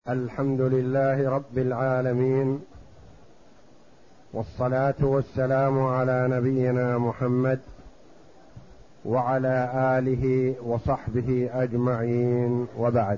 الحمد لله رب العالمين، والصلاة والسلام على نبينا محمد وعلى آله وصحبه أجمعين، وبعد.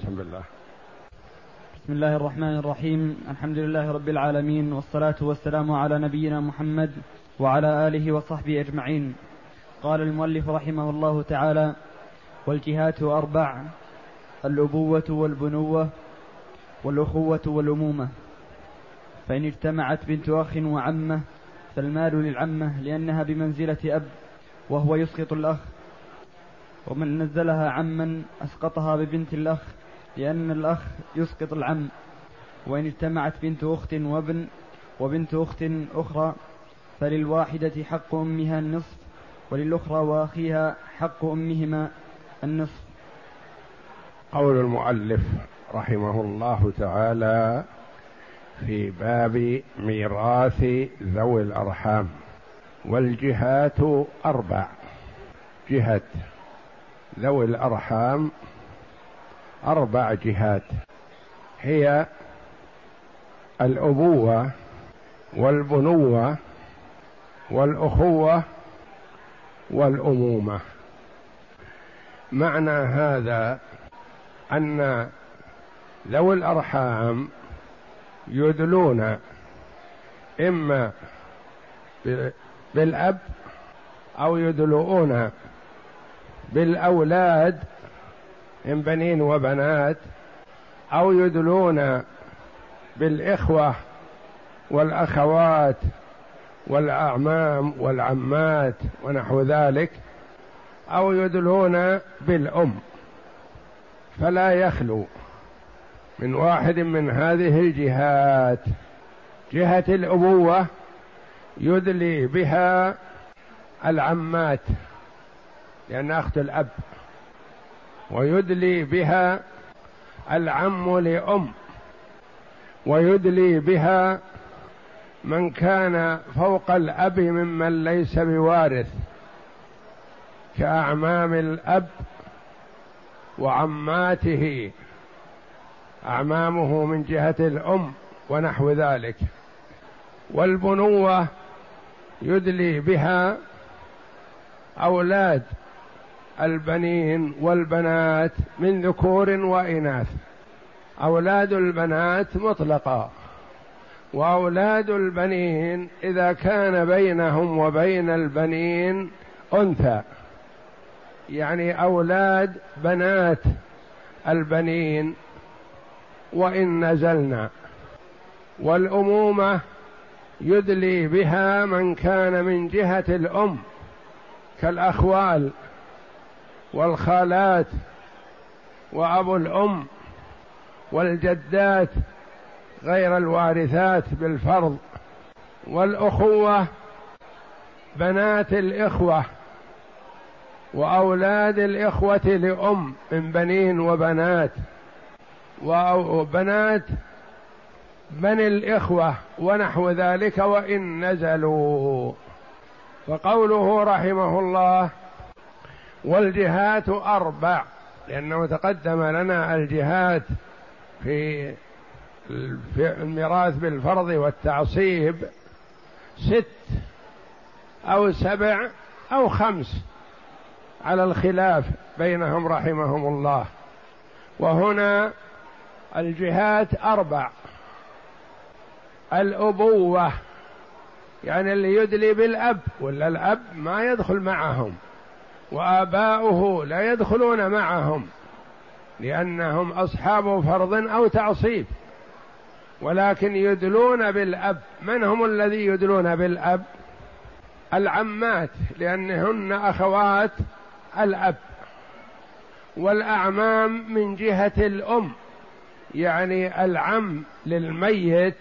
بسم الله الرحمن الرحيم. الحمد لله رب العالمين، والصلاة والسلام على نبينا محمد وعلى آله وصحبه أجمعين. قال المؤلف رحمه الله تعالى: والجهات أربع: الأبوة والبنوة والأخوة والأمومة. فإن اجتمعت بنت أخ وعمة فالمال للعمة لأنها بمنزلة أب وهو يسقط الأخ، ومن نزلها عما أسقطها ببنت الأخ لأن الأخ يسقط العم. وإن اجتمعت بنت أخت وابن وبنت أخت أخرى فللواحدة حق أمها النصف، وللأخرى وأخيها حق أمهما النصف. قول المؤلف رحمه الله تعالى في باب ميراث ذوي الأرحام: والجهات أربع. جهة ذوي الأرحام أربع جهات، هي الأبوة والبنوة والأخوة والأمومة. معنى هذا أن ذوي الأرحام يدلون إما بالأب أو يدلون بالأولاد من بنين وبنات، أو يدلون بالإخوة والأخوات والأعمام والعمات ونحو ذلك، أو يدلون بالأم. فلا يخلو من واحد من هذه الجهات. جهة الأبوة يدلي بها العمات لأن أخت الأب، ويدلي بها العم لأم، ويدلي بها من كان فوق الأب ممن ليس بوارث كأعمام الأب وعماته، أعمامه من جهة الأم ونحو ذلك. والبنوة يدلي بها أولاد البنين والبنات من ذكور وإناث، أولاد البنات مطلقا، وأولاد البنين إذا كان بينهم وبين البنين أنثى، يعني أولاد بنات البنين وإن نزلنا. والأمومة يدلي بها من كان من جهة الأم كالأخوال والخالات وأبو الأم والجدات غير الوارثات بالفرض. والأخوة بنات الإخوة وأولاد الإخوة لأم من بنين وبنات، وبنات بني الإخوة ونحو ذلك وإن نزلوا. فقوله رحمه الله: والجهات أربع، لأنه تقدم لنا الجهات في الميراث بالفرض والتعصيب 6 أو 7 أو 5 على الخلاف بينهم رحمهم الله. وهنا الجهات 4: الأبوة يعني اللي يدلي بالأب، ولا الأب ما يدخل معهم وآباؤه لا يدخلون معهم لأنهم أصحاب فرض أو تعصيب، ولكن يدلون بالأب. من هم الذي يدلون بالأب؟ العمات لأنهن أخوات الأب، والأعمام من جهة الأم، يعني العم للميت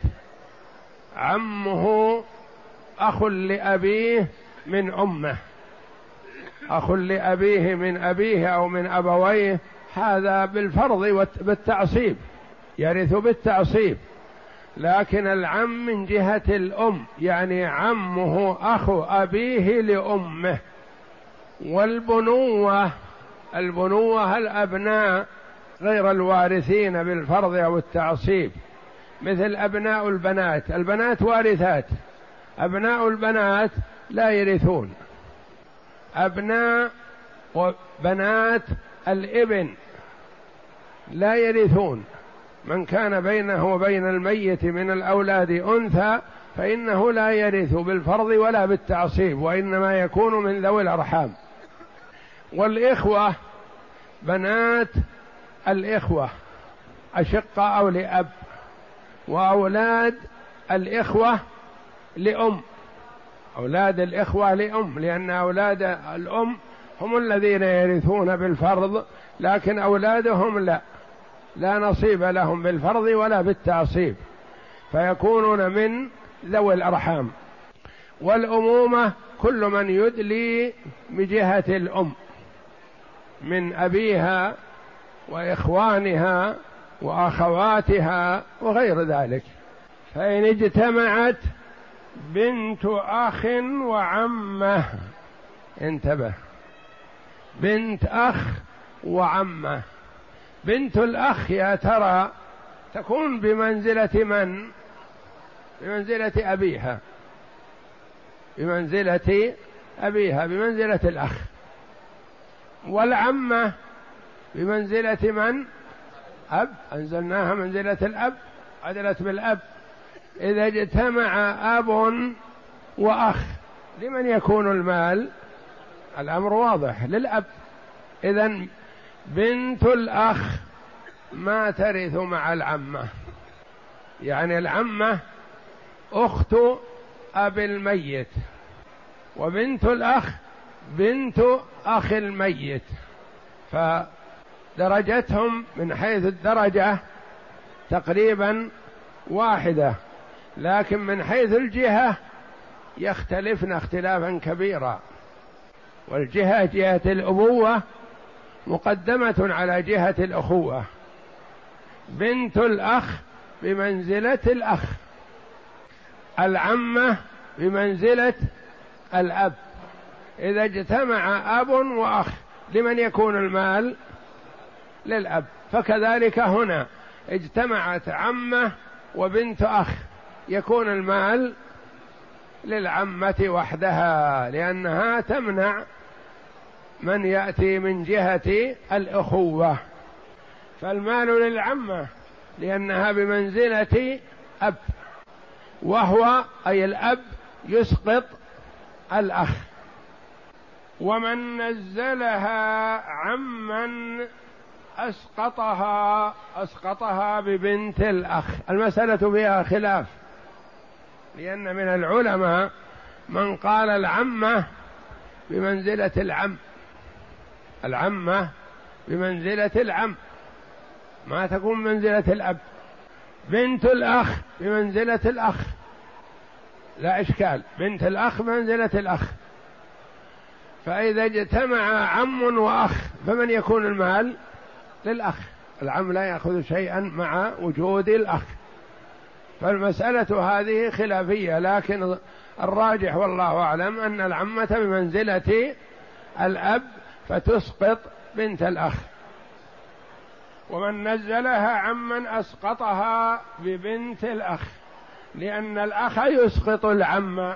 عمه أخ لأبيه من أمه، أخ لأبيه من أبيه أو من أبويه، هذا بالفرض بالتعصيب يرث بالتعصيب. لكن العم من جهة الأم يعني عمه أخو أبيه لأمه. والبنوة، البنوة الأبناء غير الوارثين بالفرض أو التعصيب، مثل أبناء البنات، البنات وارثات، أبناء البنات لا يرثون، أبناء وبنات الابن لا يرثون. من كان بينه وبين الميت من الأولاد أنثى فإنه لا يرث بالفرض ولا بالتعصيب، وإنما يكون من ذوي الأرحام. والإخوة بنات الإخوة أشقة أو لأب، وأولاد الإخوة لأم، أولاد الإخوة لأم، لأن أولاد الأم هم الذين يرثون بالفرض، لكن أولادهم لا نصيب لهم بالفرض ولا بالتعصيب، فيكونون من ذوي الأرحام. والأمومة كل من يدلي بجهة الأم من أبيها وإخوانها وأخواتها وغير ذلك. فإن اجتمعت بنت أخ وعمة، انتبه، بنت أخ وعمة، بنت الأخ يا ترى تكون بمنزلة من؟ بمنزلة أبيها، بمنزلة أبيها، بمنزلة الأخ. والعمة بمنزلة من؟ أب، أنزلناها منزلة الأب، عدلت بالأب. إذا اجتمع أب وأخ لمن يكون المال؟ الأمر واضح، للأب. إذن بنت الأخ ما ترث مع العمة، يعني العمة أخت أب الميت، وبنت الأخ بنت أخ الميت، فدرجتهم من حيث الدرجة تقريبا واحدة، لكن من حيث الجهة يختلفن اختلافا كبيرا. والجهة جهة الأبوة مقدمة على جهة الأخوة. بنت الأخ بمنزلة الأخ، العمة بمنزلة الأب. إذا اجتمع أب وأخ لمن يكون المال؟ للأب. فكذلك هنا اجتمعت عمة وبنت أخ يكون المال للعمة وحدها، لأنها تمنع من يأتي من جهة الأخوة. فالمال للعمة لأنها بمنزلة أب، وهو أي الأب يسقط الأخ. ومن نزلها عمن أسقطها ببنت الأخ. المسألة فيها خلاف، لأن من العلماء من قال العمة بمنزلة العم، العمة بمنزلة العم ما تكون منزلة الأب. بنت الأخ بمنزلة الأخ لا إشكال، بنت الأخ بمنزلة الأخ. فإذا اجتمع عم وأخ فمن يكون المال؟ للأخ. العم لا يأخذ شيئا مع وجود الأخ. فالمسألة هذه خلافية، لكن الراجح والله أعلم أن العمة بمنزلة الأب فتسقط بنت الأخ. ومن نزلها عمن أسقطها ببنت الأخ، لأن الأخ يسقط العم.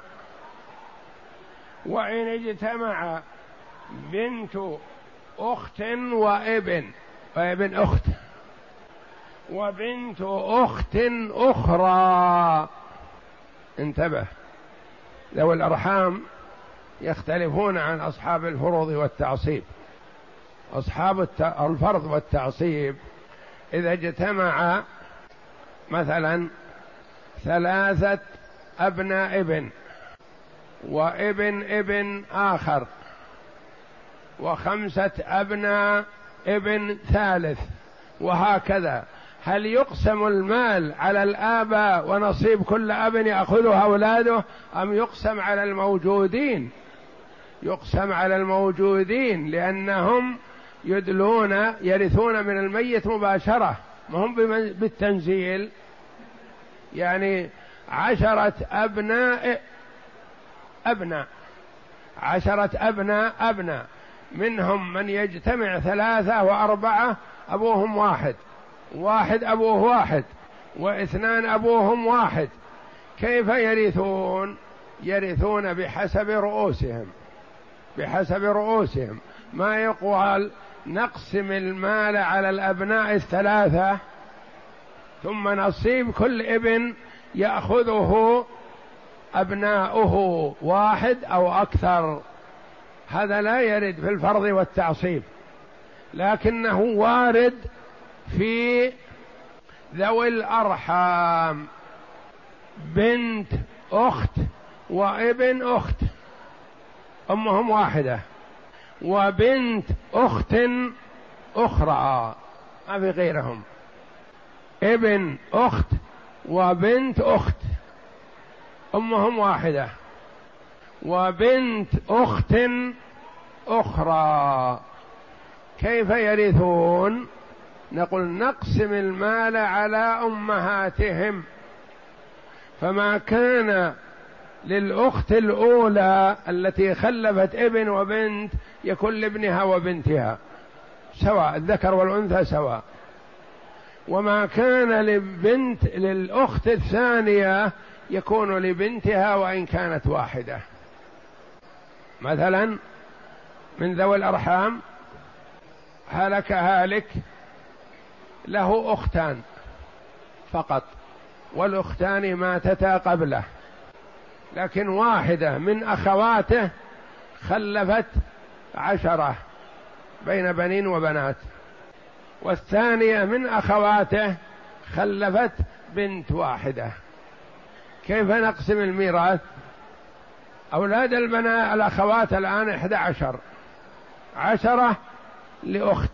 وإن اجتمع بنت أخت وابن أخت وبنت أخت أخرى، انتبه، ذوي الأرحام يختلفون عن أصحاب الفروض والتعصيب. أصحاب الفرض والتعصيب إذا اجتمع مثلا 3 أبناء ابن وابن آخر و5 أبناء ابن ثالث وهكذا، هل يقسم المال على الآباء ونصيب كل أب يأخذه أولاده، أم يقسم على الموجودين؟ يقسم على الموجودين، لأنهم يرثون من الميت مباشرة، ما هم بالتنزيل. يعني 10 أبناء 10 أبناء منهم من يجتمع 3 و4 أبوهم واحد، واحد أبوه واحد، واثنان أبوهم واحد، كيف يرثون؟ يرثون بحسب رؤوسهم، بحسب رؤوسهم. ما يقال نقسم المال على الأبناء الثلاثة ثم نصيب كل ابن يأخذه أبناؤه واحد أو أكثر، هذا لا يرد في الفرض والتعصيب، لكنه وارد في ذوي الأرحام، بنت أخت وابن أخت أمهم واحدة، وبنت أخت أخرى ما في غيرهم، ابن أخت وبنت أخت أمهم واحدة، وبنت أخت أخرى، كيف يرثون؟ نقول نقسم المال على أمهاتهم، فما كان للأخت الأولى التي خلفت ابن وبنت يكون لابنها وبنتها سواء، الذكر والأنثى سواء، وما كان للأخت الثانية يكون لبنتها وإن كانت واحدة. مثلا من ذوي الأرحام هلك هالك له أختان فقط، والأختان ماتتا قبله، لكن واحدة من أخواته خلفت 10 بين بنين وبنات، والثانية من أخواته خلفت بنت واحدة، كيف نقسم الميراث؟ أولاد البنات الأخوات الآن 11، 10 لأخت،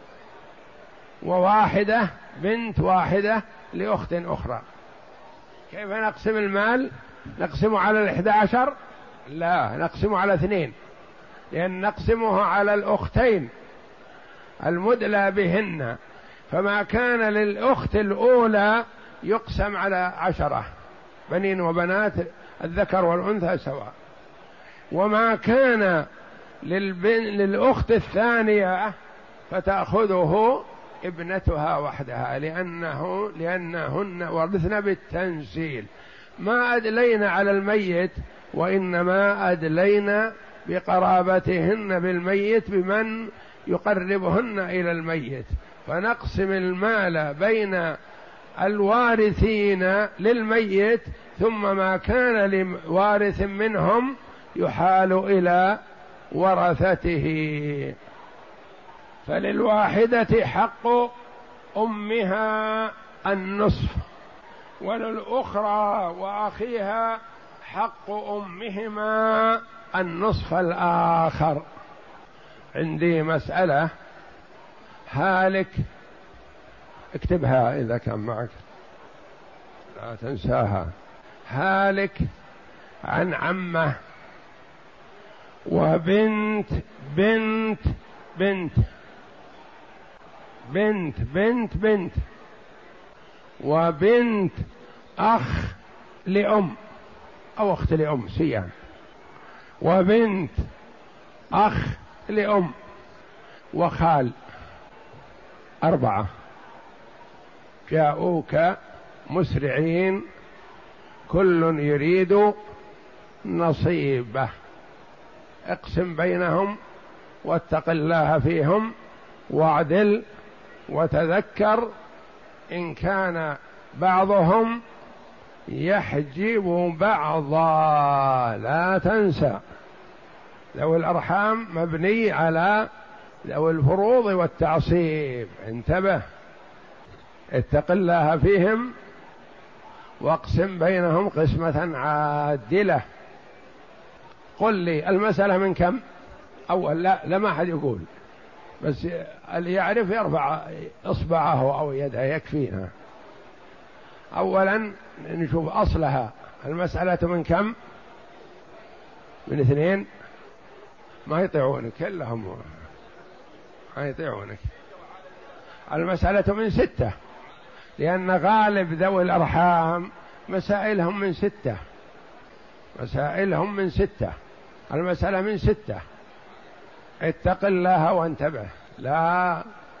وواحدة بنت واحدة لأخت أخرى، كيف نقسم المال؟ نقسم على 11؟ لا، نقسم على 2، لأن نقسمه على الأختين المدلى بهن، فما كان للأخت الأولى يقسم على 10 بنين وبنات الذكر والأنثى سواء، وما كان للأخت الثانية فتأخذه ابنتها وحدها، لأنهن ورثن بالتنزيل، ما أدلينا على الميت، وإنما أدلينا بقرابتهن بالميت بمن يقربهن إلى الميت، فنقسم المال بين الوارثين للميت، ثم ما كان لوارث منهم يحال إلى ورثته. فللواحدة حق أمها النصف، وللأخرى وأخيها حق أمهما النصف الآخر. عندي مسألة هالك، اكتبها إذا كان معك لا تنساها، هالك عن عمه وبنت بنت بنت بنت بنت بنت وبنت أخ لأم أو أخت لأم سيان، وبنت أخ لأم، وخال، 4 جاءوك مسرعين كل يريد نصيبه، اقسم بينهم واتق الله فيهم واعدل وتذكر إن كان بعضهم يحجب بعضا، لا تنسى ذوي الأرحام مبني على ذوي الفروض والتعصيب، انتبه، اتق الله فيهم واقسم بينهم قسمة عادلة. قل لي المسألة من كم؟ أول لا ما حد يقول، بس اللي يعرف يرفع إصبعه أو يده يكفينا. أولا نشوف أصلها، المسألة من كم؟ من 2، ما يطيعونك كلهم، ما يطيعونك. المسألة من 6، لأن غالب ذوي الأرحام مسائلهم من 6، مسائلهم من 6، المسألة من 6. اتق الله وانتبه، لا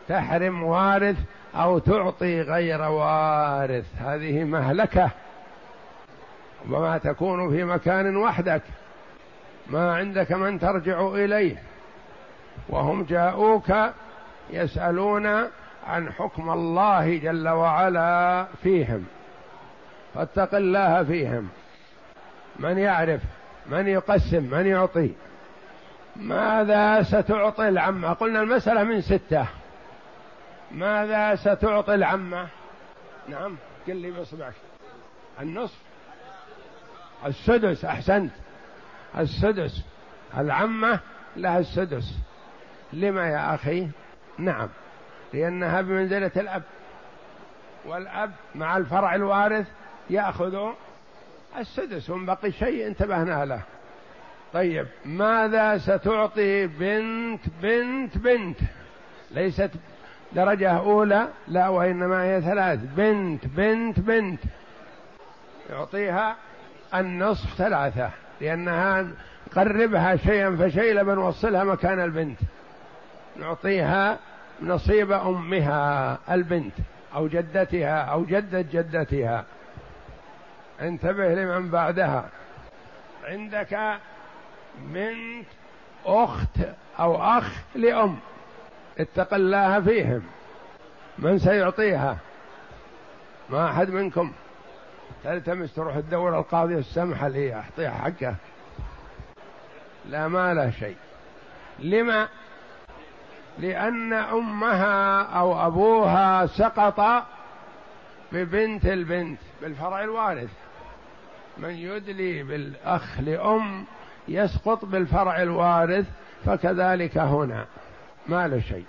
تحرم وارث أو تعطي غير وارث، هذه مهلكة، وما تكون في مكان وحدك ما عندك من ترجع إليه، وهم جاءوك يسألون عن حكم الله جل وعلا فيهم، فاتق الله فيهم. من يعرف، من يقسم، من يعطي. ماذا ستعطي العمة؟ قلنا المسألة من 6. ماذا ستعطي العمة؟ نعم قل لي بإصبعك. النصف، السدس، أحسنت، السدس. العمة لها السدس. لما يا أخي؟ نعم لأنها بمنزلة الأب، والأب مع الفرع الوارث يأخذ السدس، ومن بقي شيء انتبهنا له. طيب ماذا ستعطي بنت بنت بنت؟ ليست درجة أولى، لا، وإنما هي 3. بنت بنت بنت يعطيها النصف 3، لأنها نقربها شيئا فشيئا بنوصلها مكان البنت، نعطيها نصيب أمها البنت أو جدتها أو جدة جدتها. انتبه لمن بعدها. عندك بنت أخت أو أخ لأم، اتق الله فيهم. من سيعطيها؟ ما أحد منكم تلتمس تروح تدور القاضي السمحة لي أعطيها حقه؟ لا، ما له شيء. لما؟ لأن أمها أو أبوها سقط ببنت البنت بالفرع الوارث. من يدلي بالأخ لأم يسقط بالفرع الوارث، فكذلك هنا ما له شيء.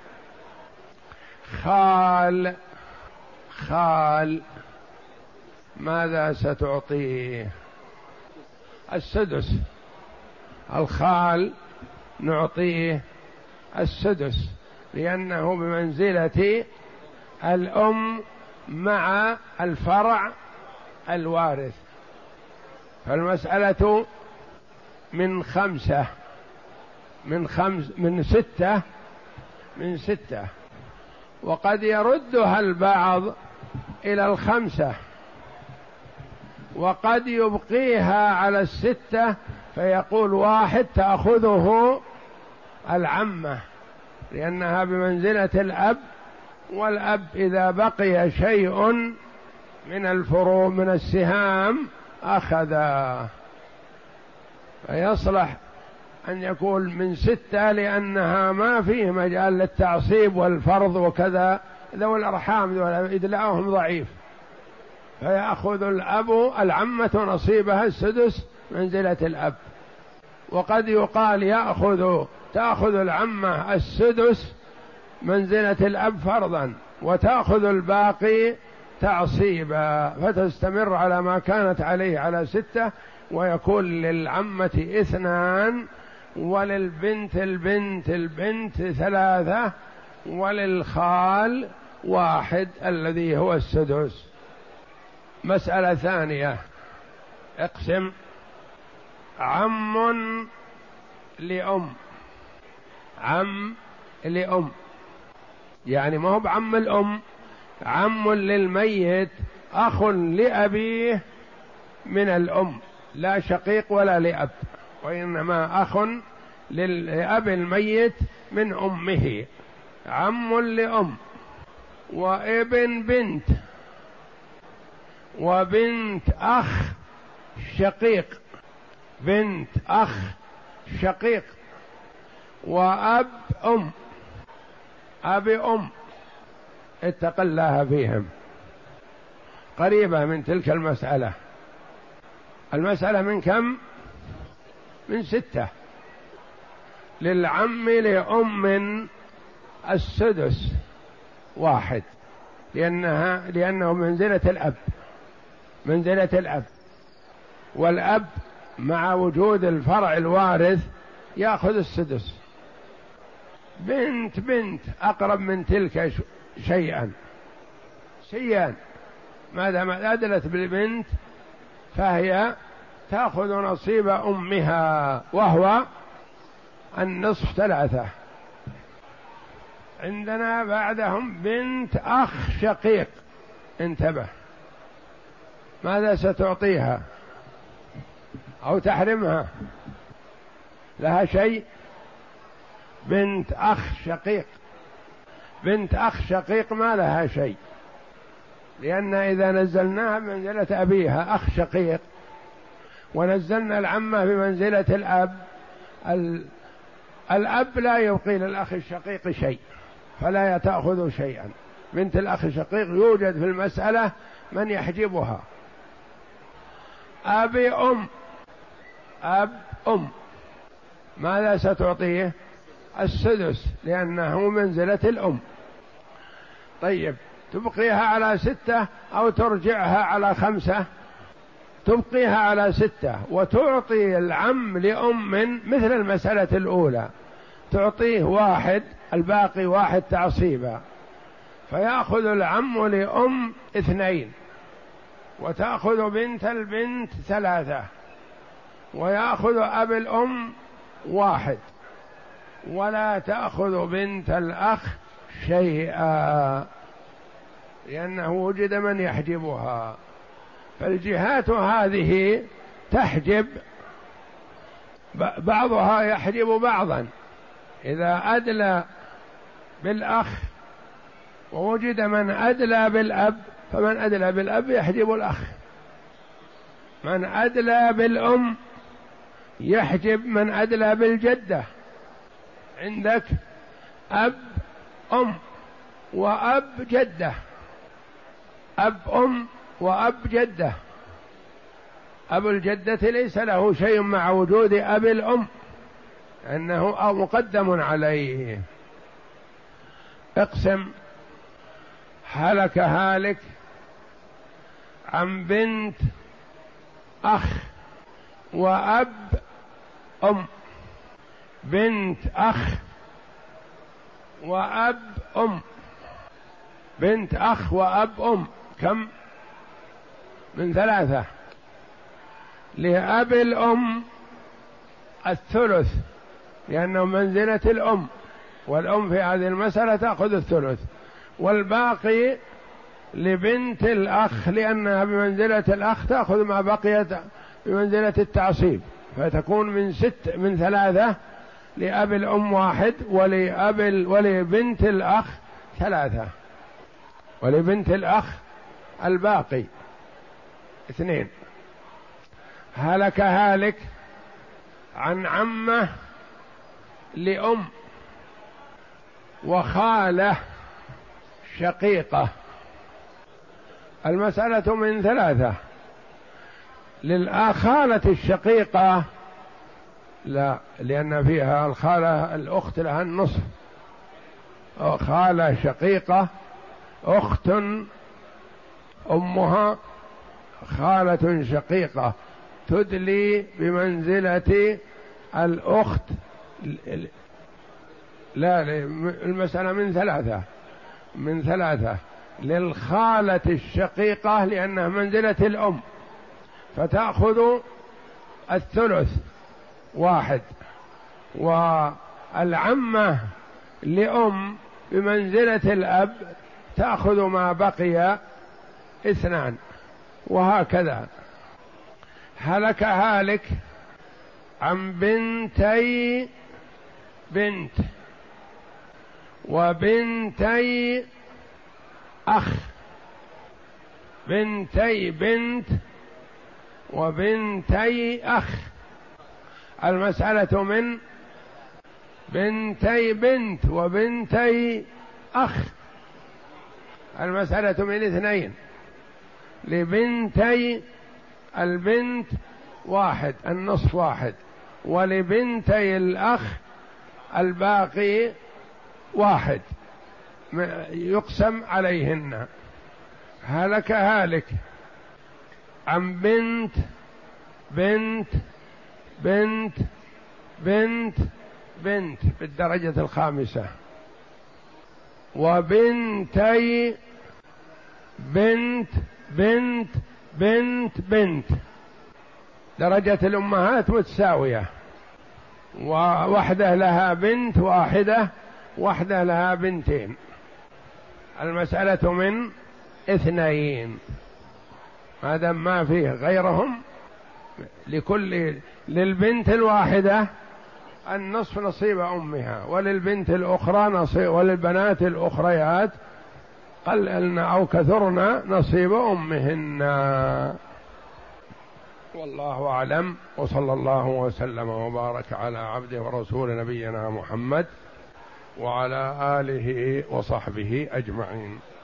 خال، خال ماذا ستعطيه؟ السدس. الخال نعطيه السدس، لأنه بمنزلة الأم مع الفرع الوارث. فالمسألة من 5، من 6، وقد يردها البعض إلى 5، وقد يبقيها على 6 فيقول 1 تأخذه العمة، لأنها بمنزلة الأب، والأب إذا بقي شيء من الفروع من السهام أخذا، فيصلح أن يكون من 6 لأنها ما فيه مجال للتعصيب والفرض وكذا، ذوي الأرحام إدلاؤهم ضعيف، فيأخذ الأب العمة نصيبها السدس منزلة الأب. وقد يقال تأخذ العمة السدس منزلة الأب فرضا، وتأخذ الباقي تعصيبا، فتستمر على ما كانت عليه على 6، ويكون للعمة 2، وللبنت البنت 3، وللخال 1 الذي هو السدس. مسألة ثانية، اقسم. عم لأم، عم لأم يعني ما هو بعم الأم، عم للميت، أخ لأبيه من الأم، لا شقيق ولا لأب، وإنما أخ لأب الميت من أمه، عم لأم، وابن بنت، وبنت أخ شقيق، بنت أخ شقيق، وأب أم، أب أم، اتق الله فيهم. قريبة من تلك المسألة. المسألة من كم؟ من 6. للعم لأم السدس 1، لأنه منزلة الأب، والأب مع وجود الفرع الوارث يأخذ السدس. بنت أقرب من تلك شيئا، ما دام أدلت بالبنت فهي تأخذ نصيب أمها، وهو النصف 3. عندنا بعدهم بنت أخ شقيق. انتبه، ماذا ستعطيها أو تحرمها؟ لها شيء؟ بنت أخ شقيق، بنت أخ شقيق ما لها شيء، لأن إذا نزلناها بمنزلة أبيها أخ شقيق ونزلنا العمة بمنزلة الأب، الأب لا يبقي للأخ الشقيق شيء فلا تأخذ شيئا. بنت الأخ الشقيق يوجد في المسألة من يحجبها. أبي أم، أب أم، ماذا ستعطيه؟ السدس لأنه منزلة الأم. طيب، تبقيها على 6 أو ترجعها على 5؟ تبقيها على 6 وتعطي العم لأم مثل المسألة الأولى، تعطيه 1 الباقي 1 تعصيبا، فيأخذ العم لأم 2 وتأخذ بنت البنت 3 ويأخذ أب الأم 1 ولا تأخذ بنت الأخ شيئا لأنه وجد من يحجبها. فالجهات هذه تحجب، بعضها يحجب بعضا. إذا أدلى بالأخ ووجد من أدلى بالأب فمن أدلى بالأب يحجب الأخ، من أدلى بالأم يحجب من أدلى بالجدة. عندك أب أم وأب جدة، أب أم وأب جدة، أب الجدة ليس له شيء مع وجود أب الأم أنه مقدم عليه. اقسم هلك هالك عن بنت أخ وأب أم، بنت أخ وأب أم، بنت أخ وأب أم كم؟ من 3. لأب الأم 1/3 لأنه منزلة الأم، والأم في هذه المسألة تأخذ 1/3، والباقي لبنت الأخ لأنها بمنزلة الأخ تأخذ ما بقيت بمنزلة التعصيب، فتكون من 3 لأب الأم 1 ولبنت الأخ 3 ولبنت الأخ الباقي 2. هلك هالك عن عمه لأم وخالة شقيقة. المسألة من 3. للخالة الشقيقة لا، لأن فيها الخالة الأخت لها النصف. خالة شقيقة أخت أمها خالة شقيقة تدلي بمنزلة الأخت. لا، المسألة من 3 للخالة الشقيقة لأنها منزلة الأم فتأخذ 1/3 1، والعمة لأم بمنزلة الأب تأخذ ما بقي 2، وهكذا. هلك هالك عن بنتي بنت وبنتي أخ، بنتي بنت وبنتي أخ. المسألة من بنتي بنت وبنتي أخ، المسألة من 2. لبنتي البنت 1 النصف 1 ولبنتي الأخ الباقي 1 يقسم عليهن. هلك هالك عن بنت بنت بنت بنت بنت بالدرجة 5 وبنتي بنت بنت بنت بنت. درجة الأمهات متساوية، ووحدة لها بنت واحدة وحدة لها بنتين، المسألة من 2، ما دام ما فيه غيرهم للبنت الواحدة النصف نصيب أمها، وللبنت الأخرى نصيب، وللبنات الأخريات قللن أو كثرن نصيب أمهن. والله أعلم، وصلى الله وسلم وبارك على عبده ورسول نبينا محمد وعلى آله وصحبه أجمعين.